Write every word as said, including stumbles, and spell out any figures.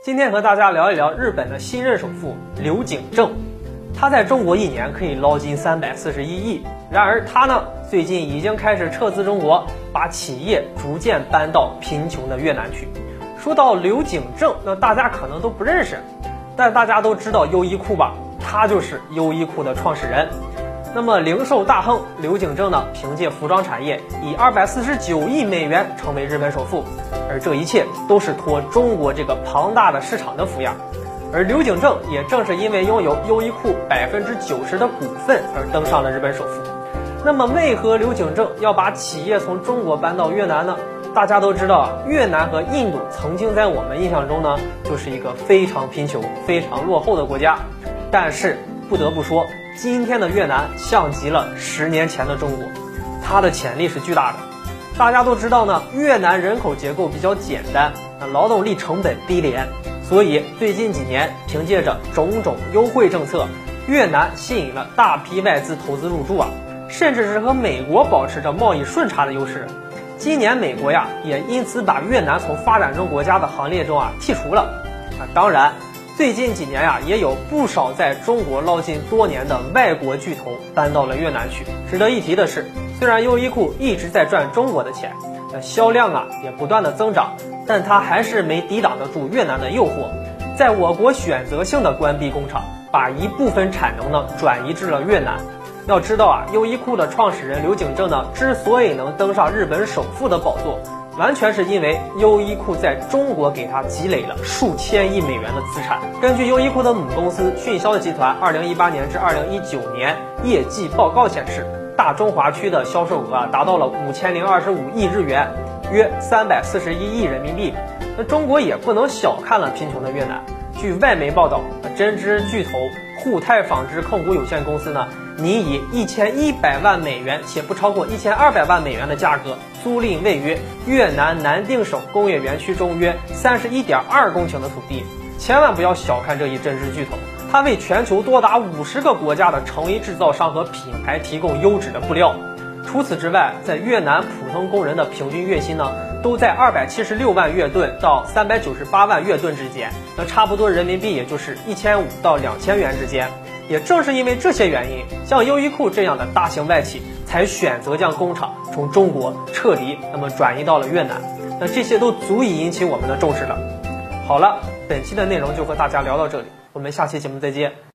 今天和大家聊一聊日本的新任首富柳井正，他在中国一年可以捞金三百四十一亿，然而他呢，最近已经开始撤资中国，把企业逐渐搬到贫穷的越南去。说到柳井正，那大家可能都不认识，但大家都知道优衣库吧？他就是优衣库的创始人。那么零售大亨柳井正呢，凭借服装产业以二百四十九亿美元成为日本首富，而这一切都是托中国这个庞大的市场的抚养。而柳井正也正是因为拥有优衣库百分之九十的股份而登上了日本首富。那么为何柳井正要把企业从中国搬到越南呢？大家都知道啊，越南和印度曾经在我们印象中呢，就是一个非常贫穷、非常落后的国家。但是不得不说，今天的越南像极了十年前的中国，它的潜力是巨大的。大家都知道呢，越南人口结构比较简单，劳动力成本低廉，所以最近几年凭借着种种优惠政策，越南吸引了大批外资投资入驻啊，甚至是和美国保持着贸易顺差的优势。今年美国呀也因此把越南从发展中国家的行列中啊剔除了啊。当然最近几年呀，也有不少在中国捞金多年的外国巨头搬到了越南去。值得一提的是，虽然优衣库一直在赚中国的钱，呃，销量啊也不断的增长，但它还是没抵挡得住越南的诱惑，在我国选择性的关闭工厂，把一部分产能呢转移至了越南。要知道啊，优衣库的创始人柳井正呢，之所以能登上日本首富的宝座，完全是因为优衣库在中国给他积累了数千亿美元的资产。根据优衣库的母公司迅销集团二零一八年至二零一九年业绩报告显示，大中华区的销售额啊达到了五千零二十五亿日元，约三百四十一亿人民币。那中国也不能小看了贫穷的越南。据外媒报道，针织巨头沪泰纺织控股有限公司呢，拟以一千一百万美元且不超过一千二百万美元的价格租赁位于越南南定省工业园区中约三十一点二公顷的土地。千万不要小看这一针织巨头，它为全球多达五十个国家的成衣制造商和品牌提供优质的布料。除此之外，在越南普通工人的平均月薪呢，都在二百七十六万越盾到三百九十八万越盾之间，那差不多人民币也就是一千五到两千元之间。也正是因为这些原因，像优衣库这样的大型外企才选择将工厂从中国撤离，那么转移到了越南。那这些都足以引起我们的重视了。好了，本期的内容就和大家聊到这里，我们下期节目再见。